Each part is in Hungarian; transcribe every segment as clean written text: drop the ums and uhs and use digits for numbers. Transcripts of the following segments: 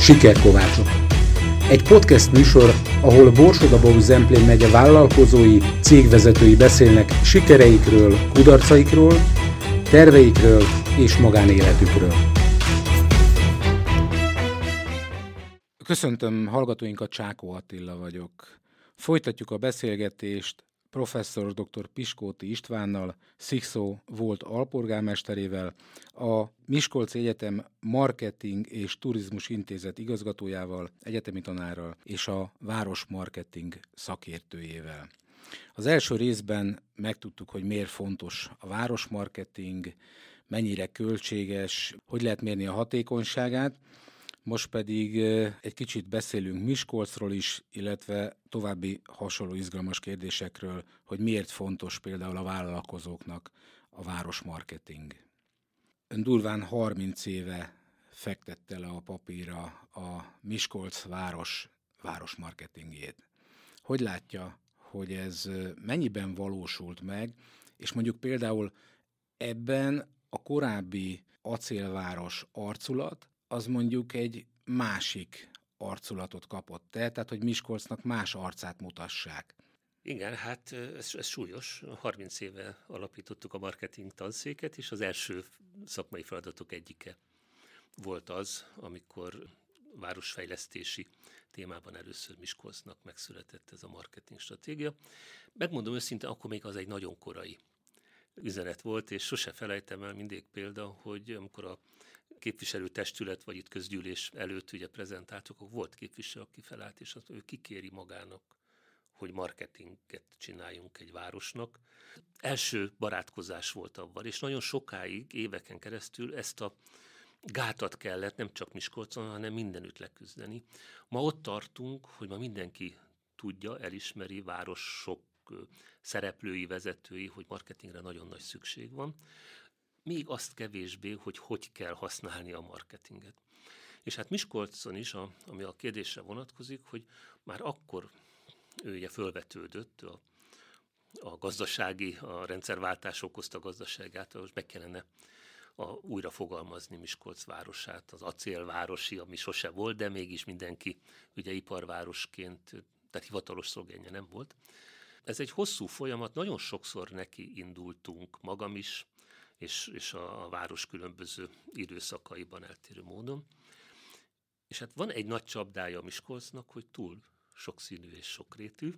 Sikerkovácsok. Egy podcast műsor, ahol Borsod-Abaúj-Zemplén megye vállalkozói, cégvezetői beszélnek sikereikről, kudarcaikról, terveikről és magánéletükről. Köszöntöm hallgatóinkat, Csákó Attila vagyok. Folytatjuk a beszélgetést professzor dr. Piskóti Istvánnal, Szikszó volt alpolgármesterével, a Miskolci Egyetem Marketing és Turizmus Intézet igazgatójával, egyetemi tanárral és a városmarketing szakértőjével. Az első részben megtudtuk, hogy miért fontos a városmarketing, mennyire költséges, hogy lehet mérni a hatékonyságát. Most pedig egy kicsit beszélünk Miskolcról is, illetve további hasonló izgalmas kérdésekről, hogy miért fontos például a vállalkozóknak a városmarketing. Ön durván 30 éve fektette le a papírra a Miskolc városmarketingjét. Hogy látja, hogy ez mennyiben valósult meg, és mondjuk például ebben a korábbi acélváros arculat, az mondjuk egy másik arculatot kapott, tehát hogy Miskolcnak más arcát mutassák. Igen, hát ez súlyos. 30 éve alapítottuk a marketing tanszéket, és az első szakmai feladatok egyike volt az, amikor városfejlesztési témában először Miskolcnak megszületett ez a marketing stratégia. Megmondom őszintén, akkor még az egy nagyon korai üzenet volt, és sose felejtem el, mindig példa, hogy amikor a képviselőtestület, vagy itt közgyűlés előtt ugye prezentáltuk, akkor volt képviselő, aki felállt, és azt, ő kikéri magának, hogy marketinget csináljunk egy városnak. Első barátkozás volt avval, és nagyon sokáig, éveken keresztül ezt a gátat kellett nem csak Miskolcon, hanem mindenütt leküzdeni. Ma ott tartunk, hogy ma mindenki tudja, elismeri, városok szereplői, vezetői, hogy marketingre nagyon nagy szükség van. Még azt kevésbé, hogy kell használni a marketinget. És hát Miskolcon is, ami a kérdésre vonatkozik, hogy már akkor ő ugye fölvetődött a gazdasági, a rendszerváltás okozta gazdasági által, meg kellene újra fogalmazni Miskolc városát, az acélvárosi, ami sose volt, de mégis mindenki ugye iparvárosként, tehát hivatalos szlogenje nem volt. Ez egy hosszú folyamat, nagyon sokszor neki indultunk, magam is, és a város különböző időszakaiban eltérő módon. És hát van egy nagy csapdája a Miskolcnak, hogy túl sokszínű és sokrétű.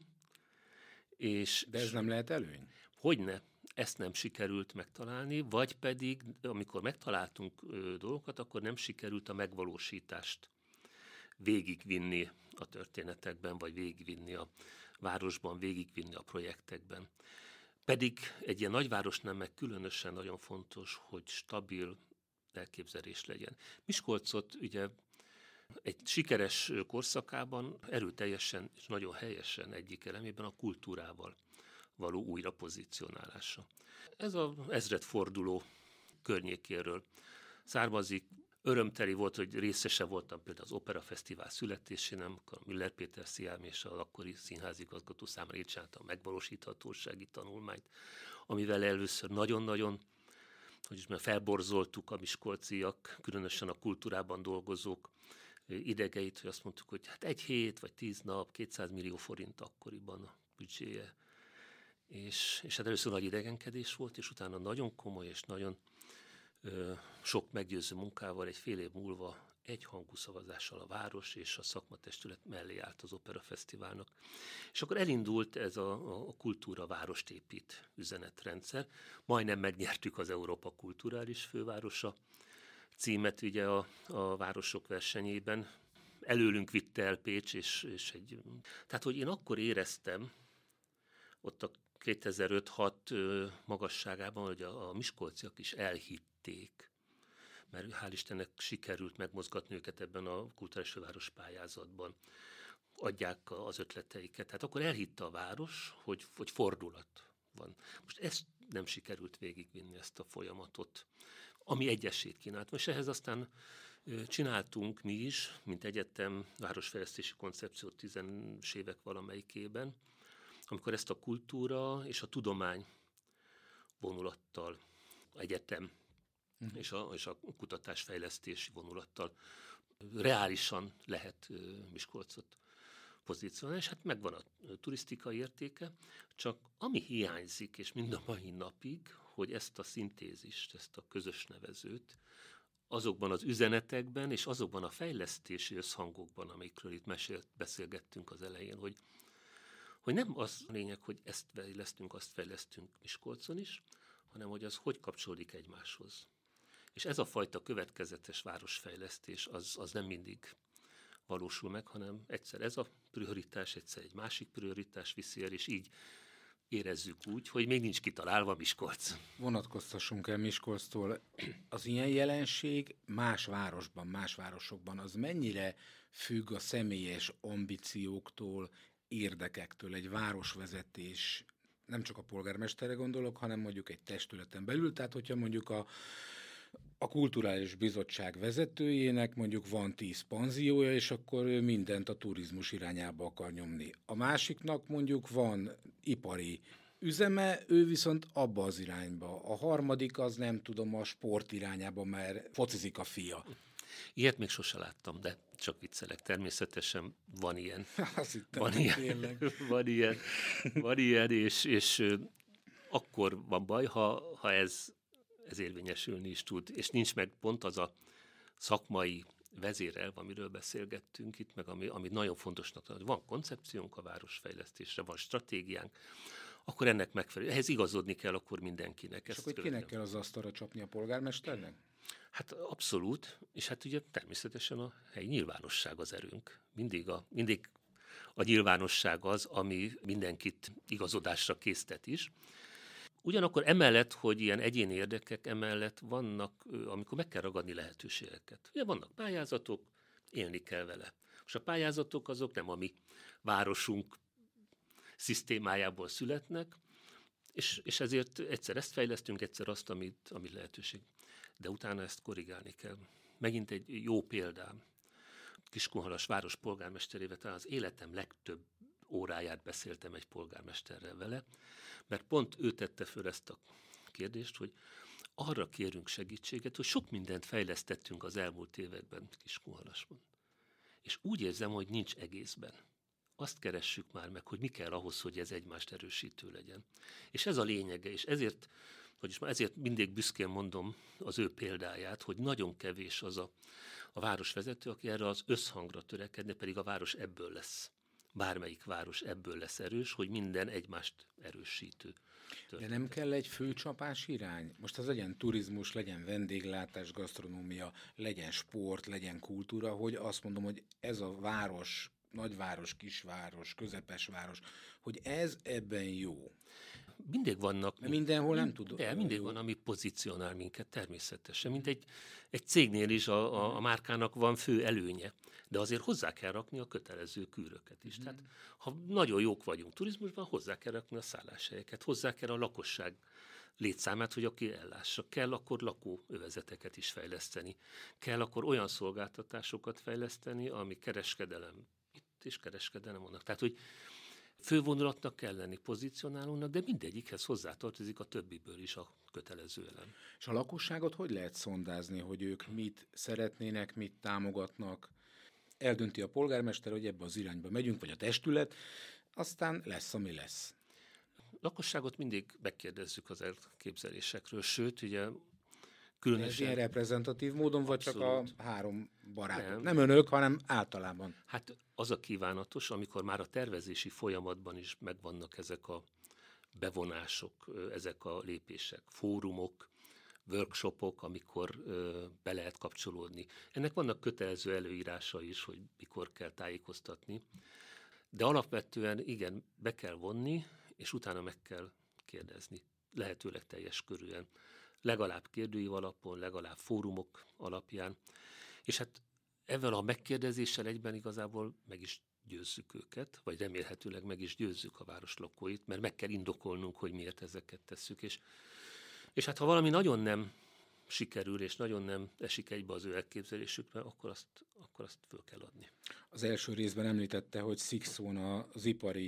De ez nem lehet előny? Hogyne, ezt nem sikerült megtalálni, vagy pedig, amikor megtaláltunk dolgokat, akkor nem sikerült a megvalósítást végigvinni a történetekben, vagy végigvinni a városban, végigvinni a projektekben. Pedig egy ilyen nagyvárosnál meg különösen nagyon fontos, hogy stabil elképzelés legyen. Miskolcot ugye egy sikeres korszakában erőteljesen és nagyon helyesen egyik elemében a kultúrával való újrapozícionálása. Ez az ezredforduló környékéről származik. Örömteli volt, hogy részese voltam például az Operafesztivál születésének, amikor Müller Péter Sziám és az akkori színházigazgató számára így csinálta a megvalósíthatósági tanulmányt, amivel először nagyon-nagyon felborzoltuk a miskolciak, különösen a kultúrában dolgozók idegeit, hogy azt mondtuk, hogy hát 1 hét vagy 10 nap, 200 millió forint akkoriban a büdzséje. És hát először nagy idegenkedés volt, és utána nagyon komoly és nagyon sok meggyőző munkával egy fél év múlva egyhangú szavazással a város és a szakmatestület mellé állt az Operafesztiválnak. És akkor elindult ez a kultúra várost épít üzenetrendszer. Majdnem megnyertük az Európa Kulturális Fővárosa címet ugye a városok versenyében. Előlünk vitte el Pécs, tehát, hogy én akkor éreztem ott a 2005-6 magasságában, hogy a miskolciak is elhitték, mert hál' Istennek sikerült megmozgatni őket ebben a kulturális főváros pályázatban, adják az ötleteiket. Tehát akkor elhitte a város, hogy fordulat van. Most ezt nem sikerült végigvinni, ezt a folyamatot, ami egy esélyt kínált. És ehhez aztán csináltunk mi is, mint egyetem, városfejlesztési koncepciót 10-es évek valamelyikében, amikor ezt a kultúra és a tudomány vonulattal, egyetem és a kutatásfejlesztési vonulattal reálisan lehet Miskolcot pozícionálni, és hát megvan a turisztikai értéke, csak ami hiányzik, és mind a mai napig, hogy ezt a szintézist, ezt a közös nevezőt azokban az üzenetekben, és azokban a fejlesztési összhangokban, amikről itt beszélgettünk az elején, hogy nem az a lényeg, hogy ezt fejlesztünk, azt fejlesztünk Miskolcon is, hanem hogy az hogy kapcsolódik egymáshoz. És ez a fajta következetes városfejlesztés az nem mindig valósul meg, hanem egyszer ez a prioritás, egyszer egy másik prioritás viszi el, és így érezzük úgy, hogy még nincs kitalálva Miskolc. Vonatkoztassunk el Miskolctól. Az ilyen jelenség más városban, más városokban az mennyire függ a személyes ambícióktól, érdekektől, egy városvezetés, nem csak a polgármesterre gondolok, hanem mondjuk egy testületen belül, tehát hogyha mondjuk a kulturális bizottság vezetőjének mondjuk van 10 panziója, és akkor ő mindent a turizmus irányába akar nyomni. A másiknak mondjuk van ipari üzeme, ő viszont abba az irányba. A harmadik az nem tudom, a sport irányába, mert focizik a fia. Ilyet még sose láttam, de csak viccelek. Természetesen van ilyen. Van ilyen, és akkor van baj, ha ez érvényesülni is tud, és nincs meg pont az a szakmai vezérelv, amiről beszélgettünk itt, meg ami nagyon fontosnak tartom, hogy van koncepciónk a városfejlesztésre, van stratégiánk, akkor ennek megfelelő. Ehhez igazodni kell akkor mindenkinek. És akkor kinek kell az asztalra csapni, a polgármesternek? Hát abszolút, és hát ugye természetesen a helyi nyilvánosság az erőnk. Mindig a nyilvánosság az, ami mindenkit igazodásra késztet is. Ugyanakkor emellett, hogy ilyen egyéni érdekek, emellett vannak, amikor meg kell ragadni lehetőségeket. Ugye vannak pályázatok, élni kell vele. És a pályázatok azok nem a mi városunk szisztémájából születnek, és ezért egyszer ezt fejlesztünk, egyszer azt, amit lehetőség. De utána ezt korrigálni kell. Megint egy jó példám. Kiskunhalas város polgármesterével talán az életem legtöbb óráját beszéltem egy polgármesterrel vele, mert pont ő tette föl ezt a kérdést, hogy arra kérünk segítséget, hogy sok mindent fejlesztettünk az elmúlt években Kiskunhalasban. És úgy érzem, hogy nincs egészben. Azt keressük már meg, hogy mi kell ahhoz, hogy ez egymást erősítő legyen. És ez a lényege, és ezért mindig büszkén mondom az ő példáját, hogy nagyon kevés az a városvezető, aki erre az összhangra törekedne, pedig a város ebből lesz. Bármelyik város ebből lesz erős, hogy minden egymást erősítő történet. De nem kell egy főcsapás irány? Most az legyen turizmus, legyen vendéglátás, gasztronómia, legyen sport, legyen kultúra, hogy azt mondom, hogy ez a város, nagyváros, kisváros, közepes város, hogy ez ebben jó. Mindig vannak. Mindenhol nem tud. De mindig van, ami pozícionál minket természetesen. Mint egy cégnél is a márkának van fő előnye, de azért hozzá kell rakni a kötelező kűröket is. Tehát ha nagyon jók vagyunk turizmusban, hozzá kell rakni a szálláshelyeket, hozzá kell a lakosság létszámát, hogy aki ellássa. Kell akkor lakóövezeteket is fejleszteni. Kell akkor olyan szolgáltatásokat fejleszteni, ami kereskedelem itt és kereskedelem onnak. Tehát, hogy fővonulatnak kell lenni, pozícionálónak, de mindegyikhez hozzátartozik a többiből is a kötelező elem. És a lakosságot hogy lehet szondázni, hogy ők mit szeretnének, mit támogatnak? Eldönti a polgármester, hogy ebbe az irányba megyünk, vagy a testület, aztán lesz, ami lesz. Lakosságot mindig megkérdezzük az elképzelésekről, sőt, ugye különösen... Ez ilyen reprezentatív módon, vagy abszolút. Csak a 3 barátok? Nem önök, hanem általában. Hát az a kívánatos, amikor már a tervezési folyamatban is megvannak ezek a bevonások, ezek a lépések, fórumok, workshopok, amikor be lehet kapcsolódni. Ennek vannak kötelező előírása is, hogy mikor kell tájékoztatni, de alapvetően igen, be kell vonni, és utána meg kell kérdezni, lehetőleg teljes körűen. Legalább kérdőív alapon, legalább fórumok alapján, és hát ezzel a megkérdezéssel egyben igazából meg is győzzük őket, vagy remélhetőleg meg is győzzük a város lakóit, mert meg kell indokolnunk, hogy miért ezeket tesszük, és hát ha valami nagyon nem sikerül, és nagyon nem esik egybe az ő elképzelésükben, akkor azt föl kell adni. Az első részben említette, hogy Szikszón az ipari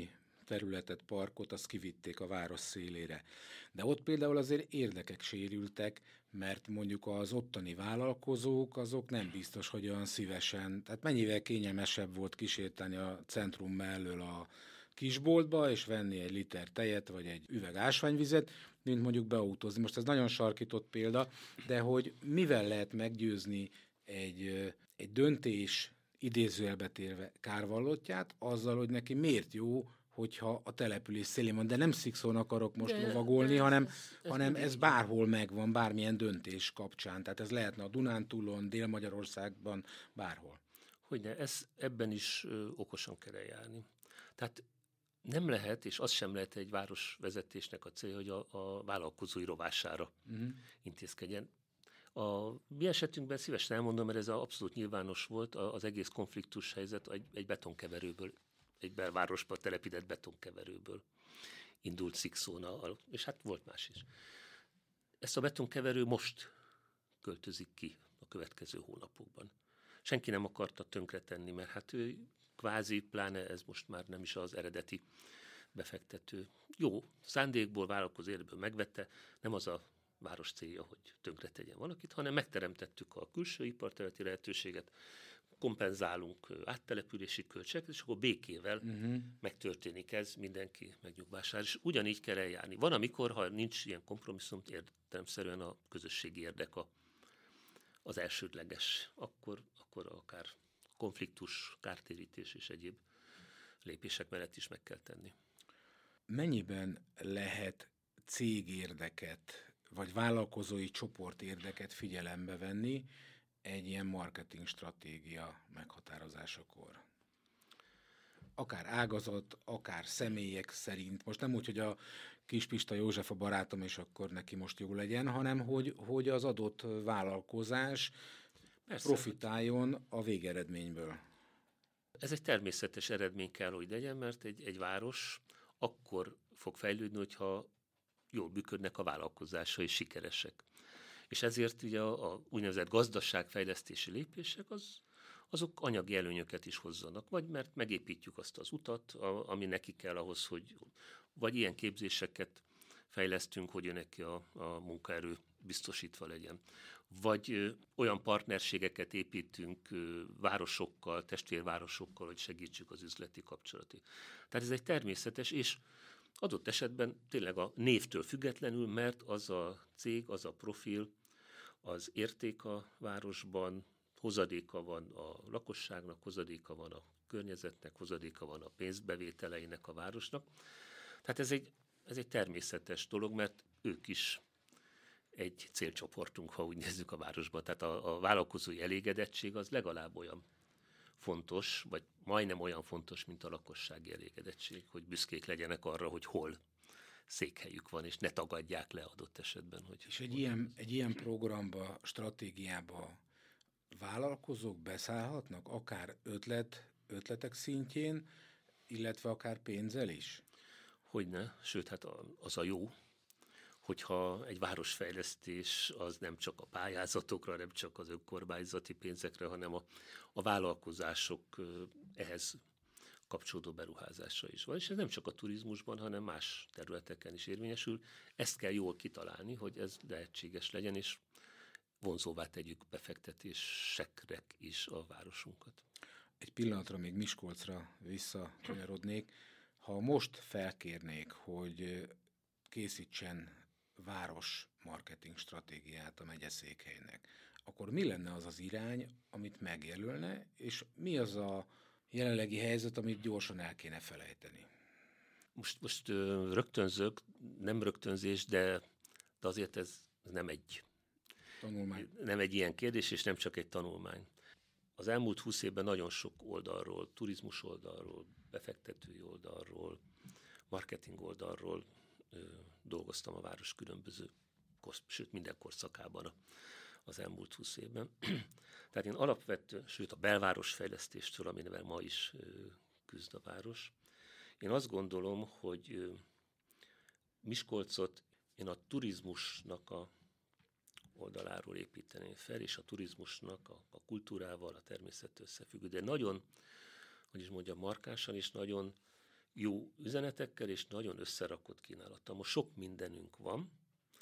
területet, parkot, azt kivitték a város szélére. De ott például azért érdekek sérültek, mert mondjuk az ottani vállalkozók, azok nem biztos, hogy olyan szívesen, tehát mennyivel kényelmesebb volt kisétálni a centrum mellől a kisboltba, és venni egy liter tejet, vagy egy üveg ásványvizet, mint mondjuk beautózni. Most ez nagyon sarkított példa, de hogy mivel lehet meggyőzni egy döntés idézőjelbe térve kárvallottját, azzal, hogy neki miért jó, hogyha a település szélén van. De nem Szikszón akarok most lovagolni, hanem ez bárhol megvan, bármilyen döntés kapcsán. Tehát ez lehetne a Dunántúlon, Dél-Magyarországban, bárhol. Hogyne, ebben is okosan kell eljárni. Tehát nem lehet, és az sem lehet egy városvezetésnek a célja, hogy a vállalkozói rovására intézkedjen. A mi esetünkben szívesen elmondom, mert ez abszolút nyilvános volt, az egész konfliktus helyzet egy betonkeverőből, egy belvárosba telepített betonkeverőből indult Szikszón, és hát volt más is. Ezt a betonkeverő most költözik ki a következő hónapokban. Senki nem akarta tönkretenni, mert hát ő kvázi, pláne ez most már nem is az eredeti befektető. Jó, szándékból, vállalkozó életből megvette, nem az a város célja, hogy tönkretegyen valakit, hanem megteremtettük a külső iparterületi lehetőséget, kompenzálunk áttelepülési költségeket, és akkor békével megtörténik ez mindenki megnyugvására. És ugyanígy kell eljárni. Van, amikor, ha nincs ilyen kompromisszum, értelemszerűen a közösségi érdek az elsődleges, akkor akár konfliktus, kártérítés és egyéb lépések mellett is meg kell tenni. Mennyiben lehet cégérdeket, vagy vállalkozói csoportérdeket figyelembe venni egy ilyen marketing stratégia meghatározásakor? Akár ágazat, akár személyek szerint. Most nem úgy, hogy a Kispista József a barátom, és akkor neki most jó legyen, hanem hogy az adott vállalkozás profitáljon a végeredményből. Ez egy természetes eredmény kell, hogy legyen, mert egy város akkor fog fejlődni, hogyha jól működnek a vállalkozásai, sikeresek. És ezért ugye a úgynevezett gazdaságfejlesztési lépések azok anyagi előnyöket is hozzanak, vagy mert megépítjük azt az utat, ami neki kell ahhoz, hogy vagy ilyen képzéseket fejlesztünk, hogy neki a munkaerő biztosítva legyen. Vagy olyan partnerségeket építünk városokkal, testvérvárosokkal, hogy segítsük az üzleti kapcsolatot. Tehát ez egy természetes, és adott esetben tényleg a névtől függetlenül, mert az a cég, az a profil, az érték a városban, hozadéka van a lakosságnak, hozadéka van a környezetnek, hozadéka van a pénzbevételeinek a városnak. Tehát ez egy természetes dolog, mert ők is egy célcsoportunk, ha úgy nézzük a városban. Tehát a vállalkozói elégedettség az legalább olyan fontos, vagy majdnem olyan fontos, mint a lakossági elégedettség, hogy büszkék legyenek arra, hogy hol székhelyük van, és ne tagadják le adott esetben. És egy ilyen programba, stratégiába vállalkozók beszállhatnak, akár ötletek szintjén, illetve akár pénzzel is? Hogyne, sőt, hát az a jó, hogyha egy városfejlesztés az nem csak a pályázatokra, nem csak az önkormányzati pénzekre, hanem a vállalkozások ehhez kapcsolódó beruházása is van. És ez nem csak a turizmusban, hanem más területeken is érvényesül. Ezt kell jól kitalálni, hogy ez lehetséges legyen, és vonzóvá tegyük befektetésekre is a városunkat. Egy pillanatra még Miskolcra visszakanyarodnék. Ha most felkérnék, hogy készítsen város marketing stratégiát a megyeszékhelynek, akkor mi lenne az az irány, amit megjelölne, és mi az a jelenlegi helyzet, amit gyorsan el kéne felejteni? Most rögtönzök, nem rögtönzés, de azért ez nem egy tanulmány. Nem egy ilyen kérdés, és nem csak egy tanulmány. Az elmúlt 20 évben nagyon sok oldalról, turizmus oldalról, befektetői oldalról, marketing oldalról dolgoztam a város különböző, sőt minden korszakában az elmúlt 20 évben. Tehát én alapvető, sőt a belvárosfejlesztéstől, amivel ma is küzd a város, én azt gondolom, hogy Miskolcot én a turizmusnak a oldaláról építeném fel, és a turizmusnak a kultúrával, a természettel összefüggő, de nagyon, hogy is mondjam, markánsan és nagyon jó üzenetekkel és nagyon összerakott kínálattal. Most sok mindenünk van,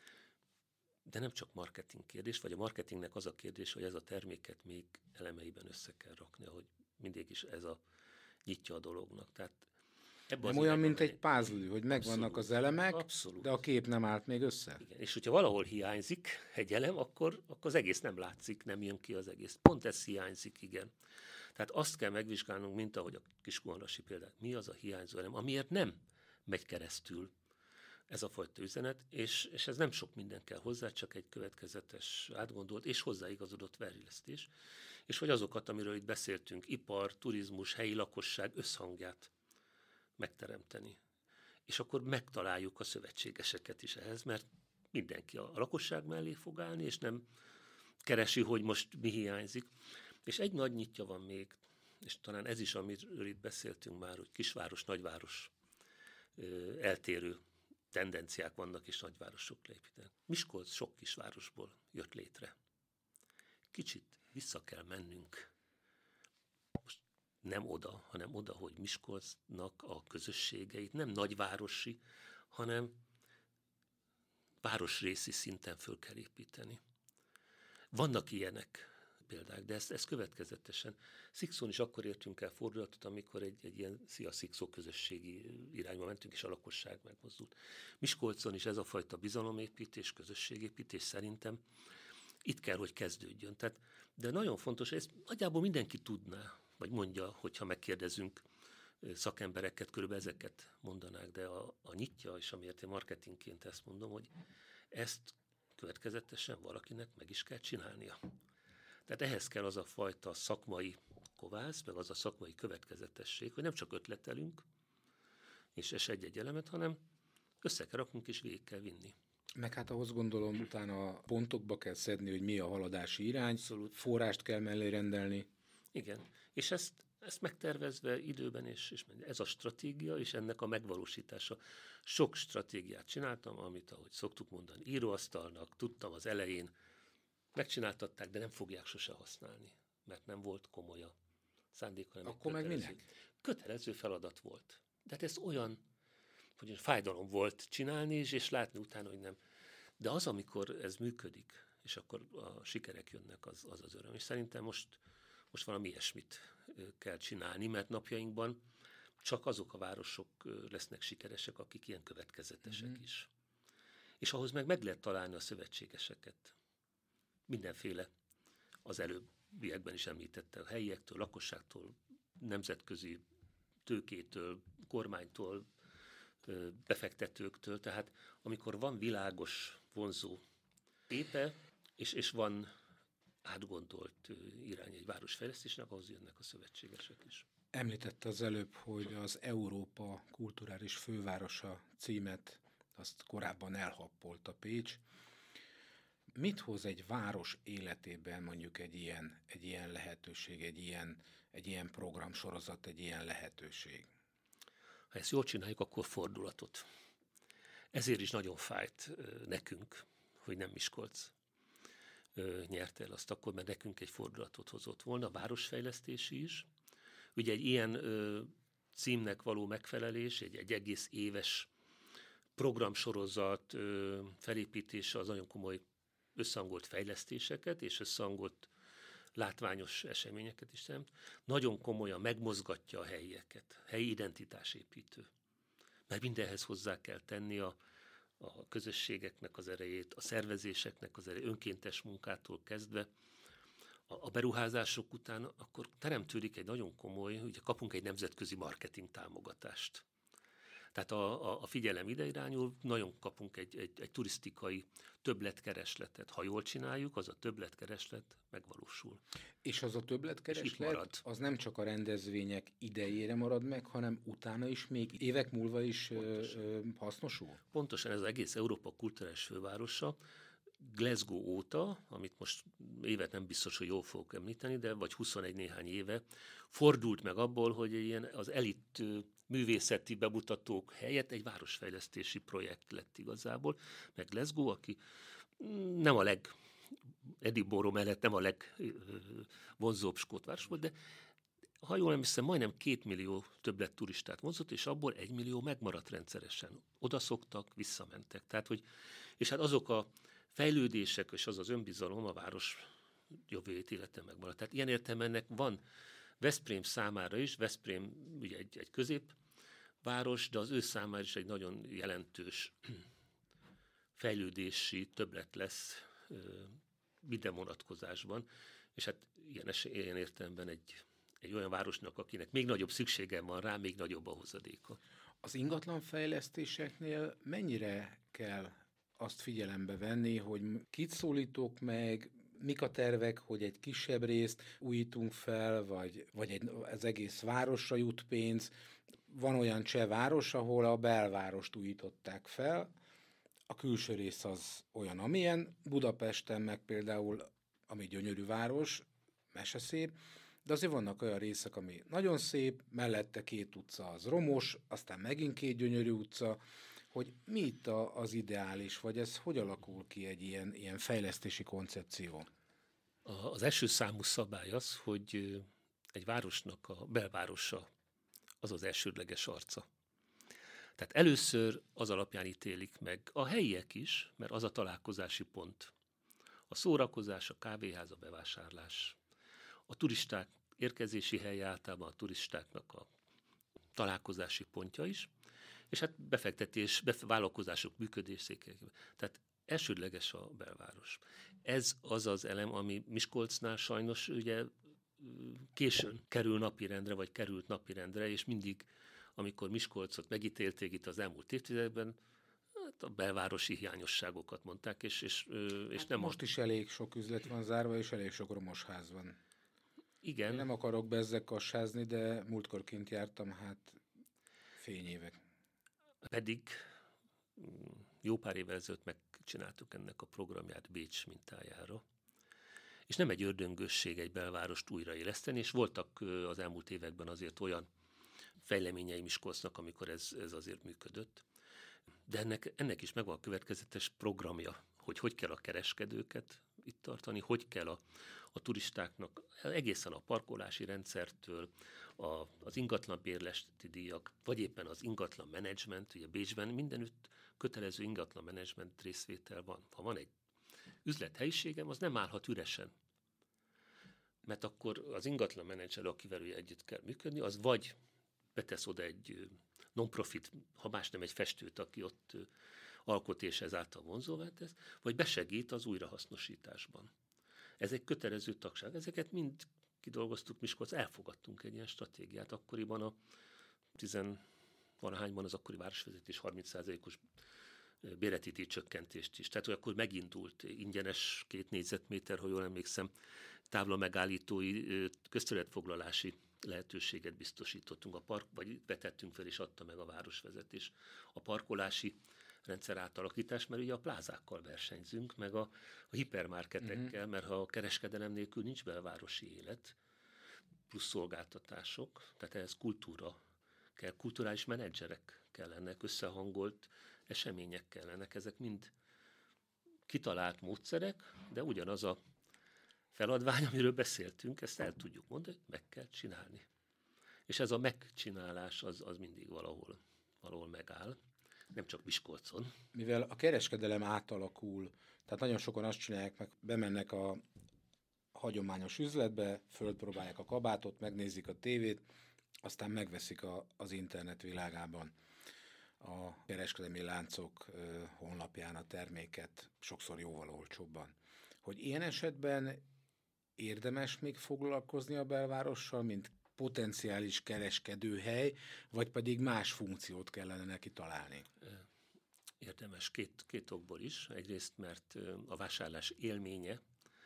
de nem csak marketing kérdés, vagy a marketingnek az a kérdés, hogy ez a terméket még elemeiben össze kell rakni, hogy mindig is ez a nyitja a dolognak. Tehát nem olyan, mint egy puzzle, hogy megvannak az elemek, abszolút. De a kép nem állt még össze. Igen. És hogyha valahol hiányzik egy elem, akkor az egész nem látszik, nem jön ki az egész. Pont ez hiányzik, igen. Tehát azt kell megvizsgálnunk, mint ahogy a Kiskunharasi példák, mi az a hiányzó elem, amiért nem megy keresztül ez a fajta üzenet, és ez nem sok minden kell hozzá, csak egy következetes, átgondolt és hozzáigazodott fejlesztés, és hogy azokat, amiről itt beszéltünk, ipar, turizmus, helyi lakosság összhangját megteremteni. És akkor megtaláljuk a szövetségeseket is ehhez, mert mindenki a lakosság mellé fog állni, és nem keresi, hogy most mi hiányzik. És egy nagy nyitja van még, és talán ez is, amiről itt beszéltünk már, hogy kisváros, nagyváros eltérő tendenciák vannak, és nagyvárosok építenek. Miskolc sok kisvárosból jött létre. Kicsit vissza kell mennünk. Most nem oda, hanem oda, hogy Miskolcnak a közösségeit nem nagyvárosi, hanem városrészi szinten föl kell építeni. Vannak ilyenek példák, de ezt következetesen. Szikszón is akkor értünk el fordulatot, amikor egy ilyen Szia Szikszó közösségi irányba mentünk, és a lakosság megmozdult. Miskolcon is ez a fajta bizalomépítés, közösségépítés szerintem itt kell, hogy kezdődjön. Tehát, de nagyon fontos, ezt nagyjából mindenki tudná, vagy mondja, hogyha megkérdezünk szakembereket, körülbelül ezeket mondanák, de a nyitja, és amiért én marketingként ezt mondom, hogy ezt következetesen valakinek meg is kell csinálnia. Tehát ehhez kell az a fajta szakmai kovász, meg az a szakmai következetesség, hogy nem csak ötletelünk, és egy-egy elemet, hanem össze kell raknunk és végig kell vinni. Meg hát ahhoz gondolom, utána pontokba kell szedni, hogy mi a haladási irány, abszolút. Forrást kell mellé rendelni. Igen, és ezt megtervezve időben, és ez a stratégia, és ennek a megvalósítása. Sok stratégiát csináltam, amit, ahogy szoktuk mondani, íróasztalnak, tudtam az elején, megcsináltatták, de nem fogják sose használni, mert nem volt komoly a szándék, hanem akkor meg minek? Kötelező feladat volt. De hát ez olyan, hogy fájdalom volt csinálni, és látni utána, hogy nem. De az, amikor ez működik, és akkor a sikerek jönnek, az öröm. És szerintem most valami ilyesmit kell csinálni, mert napjainkban csak azok a városok lesznek sikeresek, akik ilyen következetesek is. És ahhoz meg lehet találni a szövetségeseket. Mindenféle, az előbbiekben is említette, a helyiektől, lakosságtól, nemzetközi tőkétől, kormánytól, befektetőktől. Tehát amikor van világos, vonzó képe, és van átgondolt irány egy városfejlesztésnek, ahhoz jönnek a szövetségesek is. Említette az előbb, hogy az Európa kulturális fővárosa címet azt korábban elhappolta Pécs. Mit hoz egy város életében mondjuk egy ilyen lehetőség, egy ilyen programsorozat, egy ilyen lehetőség? Ha ezt jól csináljuk, akkor fordulatot. Ezért is nagyon fájt nekünk, hogy nem Miskolc nyerte el azt akkor, mert nekünk egy fordulatot hozott volna, a városfejlesztési is. Ugye egy ilyen címnek való megfelelés, egy egész éves programsorozat felépítése az nagyon komoly összehangolt fejlesztéseket és összehangolt látványos eseményeket is teremt. Nagyon komolyan megmozgatja a helyieket, helyi identitásépítő. Mert mindenhez hozzá kell tenni a közösségeknek az erejét, a szervezéseknek az erejét, önkéntes munkától kezdve. A beruházások után akkor teremtődik egy nagyon komoly, ugye kapunk egy nemzetközi marketing támogatást. Tehát a figyelem ide irányul, nagyon kapunk egy turisztikai többletkeresletet. Ha jól csináljuk, az a többletkereslet megvalósul. És az a többletkereslet, az nem csak a rendezvények idejére marad meg, hanem utána is, még évek múlva is hasznosul? Pontosan, ez az egész Európa kulturális fővárosa, Glasgow óta, amit most évet nem biztos, hogy jól fogok említeni, de vagy 21 néhány éve, fordult meg abból, hogy ilyen az elit művészeti bemutatók helyett egy városfejlesztési projekt lett igazából, meg Glasgow, aki nem a Edinburgh mellett nem a legvonzóbb skót város volt, de ha jól emlékszem, majdnem 2 millió többlet turistát mozott, és abból 1 millió megmaradt rendszeresen. Oda szoktak, visszamentek. Tehát, hogy, és hát azok a fejlődések, és az az önbizalom a város jövőjét illetve megmaradt. Tehát ilyen értelemben ennek van Veszprém számára is, Veszprém ugye egy középváros, de az ő számára is egy nagyon jelentős fejlődési többlet lesz minden vonatkozásban, és hát ilyen értelemben egy olyan városnak, akinek még nagyobb szüksége van rá, még nagyobb a hozadéka. Az ingatlan fejlesztéseknél mennyire kell azt figyelembe venni, hogy kit szólítok meg, mik a tervek, hogy egy kisebb részt újítunk fel, vagy az egész városra jut pénz. Van olyan cseh város, ahol a belvárost újították fel, a külső rész az olyan, amilyen, Budapesten meg például, ami gyönyörű város, meseszép, de azért vannak olyan részek, ami nagyon szép, mellette 2 utca az romos, aztán megint 2 gyönyörű utca, hogy mi itt az ideális, vagy ez hogy alakul ki egy ilyen fejlesztési koncepció? Az első számú szabály az, hogy egy városnak a belvárosa az az elsődleges arca. Tehát először az alapján ítélik meg a helyiek is, mert az a találkozási pont. A szórakozás, a kávéház, a bevásárlás, a turisták érkezési helye általában a turistáknak a találkozási pontja is, és hát vállalkozások működésszékek. Tehát elsődleges a belváros. Ez az az elem, ami Miskolcnál sajnos ugye későn kerül napirendre, vagy került napirendre, és mindig, amikor Miskolcot megítélték itt az elmúlt évtizedekben, hát a belvárosi hiányosságokat mondták, és Hát nem most is elég sok üzlet van zárva, és elég sok romos ház van. Igen. Én nem akarok bezzeg kassázni, de múltkor kint jártam, hát fényévek. Pedig jó pár évvel ezelőtt megcsináltuk ennek a programját Bécs mintájára, és nem egy ördöngösség egy belvárost újraéleszteni, és voltak az elmúlt években azért olyan fejleményei Miskolcnak, amikor ez azért működött. De ennek is megvan a következetes programja, hogy kell a kereskedőket itt tartani, hogy kell a turistáknak egészen a parkolási rendszertől, az ingatlan bérleti díjak, vagy éppen az ingatlan menedzsment, ugye Bécsben mindenütt kötelező ingatlan menedzsment részvétel van. Ha van egy üzlethelyiségem, az nem állhat üresen. Mert akkor az ingatlan menedzser, akivel ugye együtt kell működni, az vagy betesz oda egy non-profit, ha más nem egy festőt, aki ott alkot és ezáltal vonzóvá tesz, vagy besegít az újrahasznosításban. Ez egy kötelező tagság. Ezeket mind kidolgoztuk Miskolc, elfogadtunk egy ilyen stratégiát. Akkoriban a 10-valahányban az akkori városvezetés 30%-os bérleti csökkentést is. Tehát, hogy akkor megindult ingyenes 2 négyzetméter, ha jól emlékszem, tábla megállítói közterületfoglalási lehetőséget biztosítottunk a park, vagy vetettünk fel és adta meg a városvezetés. A parkolási rendszer átalakítás, mert ugye a plázákkal versenyzünk, meg a hipermarketekkel, mert ha a kereskedelem nélkül nincs belvárosi élet, plusz szolgáltatások, tehát ehhez kultúra kell, kulturális menedzserek kellenek, összehangolt események kellenek, ezek mind kitalált módszerek, de ugyanaz a feladvány, amiről beszéltünk, ezt el tudjuk mondani, meg kell csinálni. És ez a megcsinálás az mindig valahol megáll, nem csak Miskolcon. Mivel a kereskedelem átalakul, tehát nagyon sokan azt csinálják, meg bemennek a hagyományos üzletbe, fölpróbálják a kabátot, megnézik a tévét, aztán megveszik az internet világában a kereskedelmi láncok honlapján a terméket, sokszor jóval olcsóbban. Hogy ilyen esetben érdemes még foglalkozni a belvárossal, mint potenciális kereskedőhely, vagy pedig más funkciót kellene neki találni? Érdemes két okból is. Egyrészt, mert a vásárlás élménye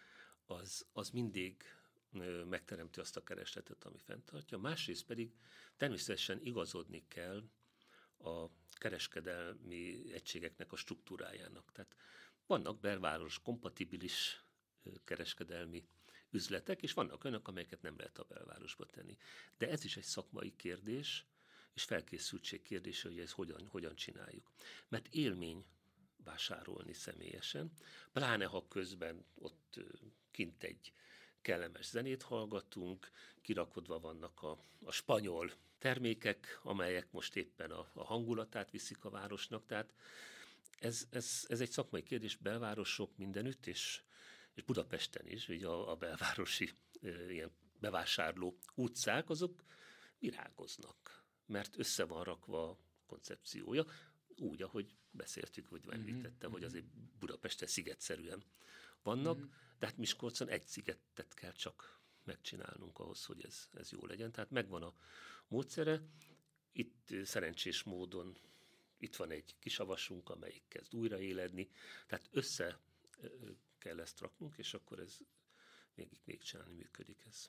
az mindig megteremti azt a keresletet, ami fenntartja. Másrészt pedig természetesen igazodni kell a kereskedelmi egységeknek a struktúrájának. Tehát vannak belváros kompatibilis kereskedelmi üzletek, és vannak olyanok, amelyeket nem lehet a belvárosba tenni. De ez is egy szakmai kérdés, és felkészültség kérdése, hogy ezt hogyan csináljuk. Mert élmény vásárolni személyesen, pláne ha közben ott kint egy kellemes zenét hallgatunk, kirakodva vannak a spanyol termékek, amelyek most éppen a hangulatát viszik a városnak. Tehát ez egy szakmai kérdés belvárosok mindenütt, és Budapesten is, ugye a belvárosi ilyen bevásárló utcák, azok virágoznak, mert össze van rakva a koncepciója, úgy, ahogy beszéltük, hogy említettem, hogy azért Budapesten szigetszerűen vannak, de hát Miskolcon egy szigetet kell csak megcsinálnunk ahhoz, hogy ez jó legyen. Tehát megvan a módszere, itt szerencsés módon itt van egy kisavasunk, amelyik kezd újraéledni, tehát össze kell ezt raknunk, és akkor ez még csinálni működik ez.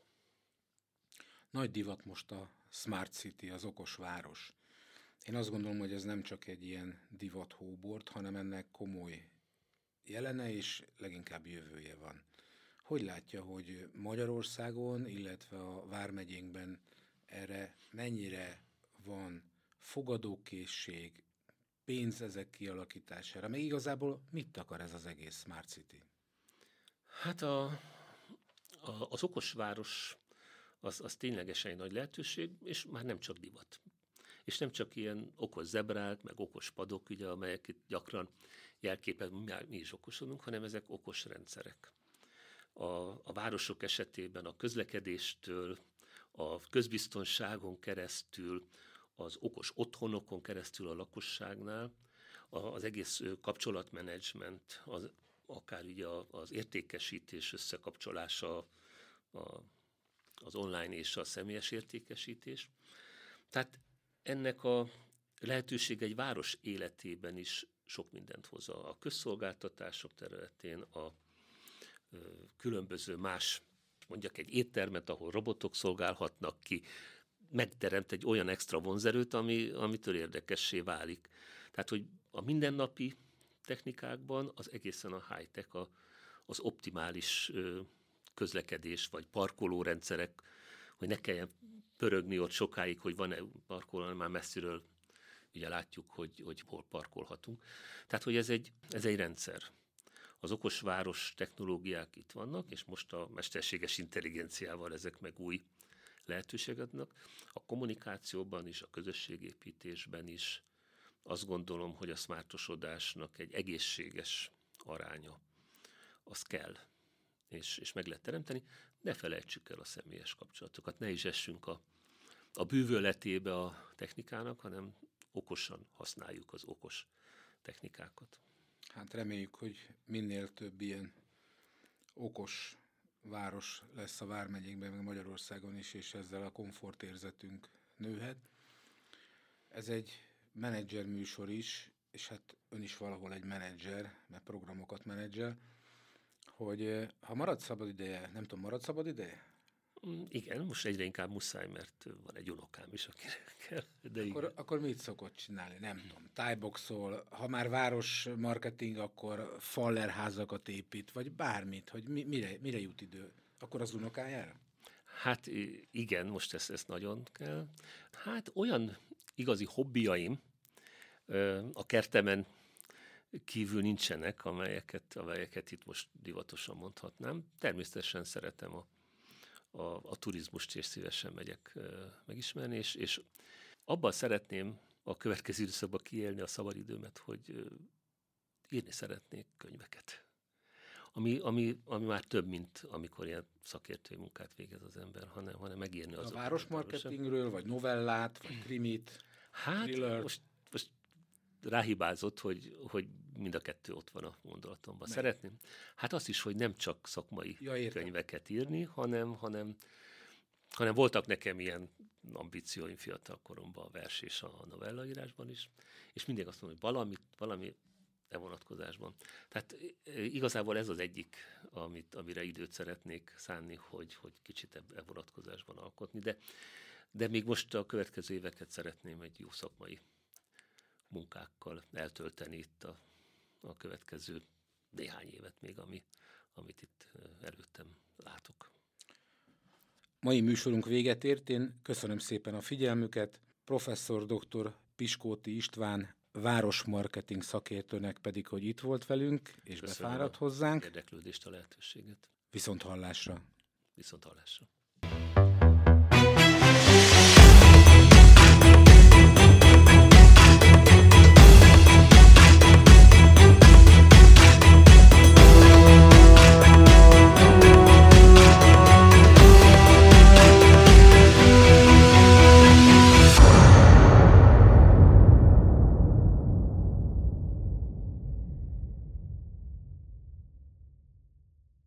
Nagy divat most a Smart City, az okos város. Én azt gondolom, hogy ez nem csak egy ilyen divat hóbort, hanem ennek komoly jelene és leginkább jövője van. Hogy látja, hogy Magyarországon, illetve a vármegyénkben erre mennyire van fogadókészség, pénz ezek kialakítására? Még igazából mit akar ez az egész Smart City? Hát az okos város az ténylegesen egy nagy lehetőség, és már nem csak divat. És nem csak ilyen okos zebrák, meg okos padok, ugye, amelyek itt gyakran jelképek, mi is okosodunk, hanem ezek okos rendszerek. A városok esetében a közlekedéstől, a közbiztonságon keresztül, az okos otthonokon keresztül a lakosságnál, az egész kapcsolatmenedzsment, akár ugye az értékesítés összekapcsolása, az online és a személyes értékesítés. Tehát ennek a lehetőség egy város életében is sok mindent hoz. A közszolgáltatások területén, a különböző más, mondjak egy éttermet, ahol robotok szolgálhatnak ki, megteremt egy olyan extra vonzerőt, amitől érdekessé válik. Tehát, hogy a mindennapi technikákban az egészen a high-tech, az optimális közlekedés, vagy parkolórendszerek, hogy ne kelljen pörögni ott sokáig, hogy van-e parkoló, már messziről ugye látjuk, hogy hol parkolhatunk. Tehát, hogy ez egy rendszer. Az okos város technológiák itt vannak, és most a mesterséges intelligenciával ezek meg új lehetőséget adnak. A kommunikációban is, a közösségépítésben is azt gondolom, hogy a smartosodásnak egy egészséges aránya az kell, és meg lehet teremteni. Ne felejtsük el a személyes kapcsolatokat, ne is essünk a bűvöletébe a technikának, hanem okosan használjuk az okos technikákat. Hát reméljük, hogy minél több ilyen okos város lesz a vármegyénkben, meg Magyarországon is, és ezzel a komfortérzetünk nőhet. Ez egy menedzser műsor is, és hát ön is valahol egy menedzser, mert programokat menedzsel, hogy ha marad szabad ideje, nem tudom, marad szabad ideje? Igen, most egyre inkább muszáj, mert van egy unokám is, akire kell. De akkor mit szokott csinálni? Nem tudom, tájboxol, ha már város marketing, akkor fallerházakat épít, vagy bármit, hogy mire jut idő? Akkor az unokájára? Hát igen, most ezt nagyon kell. Hát olyan igazi hobbiaim a kertemen kívül nincsenek, amelyeket itt most divatosan mondhatnám. Természetesen szeretem a turizmust, és szívesen megyek megismerni, és abban szeretném a következő időszakban kiélni a szabadidőmet, hogy írni szeretnék könyveket. Ami már több, mint amikor ilyen szakértői munkát végez az ember, hanem megírni az. A városmarketingről, vagy novellát, vagy krimit, hát most ráhibázott, hogy mind a kettő ott van a gondolatomban. Szeretném? Hát azt is, hogy nem csak szakmai könyveket írni, hanem voltak nekem ilyen ambícióim fiatal koromban a vers és a novellaírásban is, és mindig azt mondom, hogy valami e vonatkozásban. Tehát igazából ez az egyik, amire időt szeretnék szánni, hogy kicsit e vonatkozásban alkotni, de még most a következő éveket szeretném egy jó szakmai munkákkal eltölteni itt a következő néhány évet még, amit itt előttem látok. Mai műsorunk véget ért, én köszönöm szépen a figyelmüket, professzor dr. Piskóti István városmarketing szakértőnek pedig, hogy itt volt velünk, és köszönöm, befáradt hozzánk. Érdeklődést, a lehetőséget. Viszont hallásra. Viszont hallásra.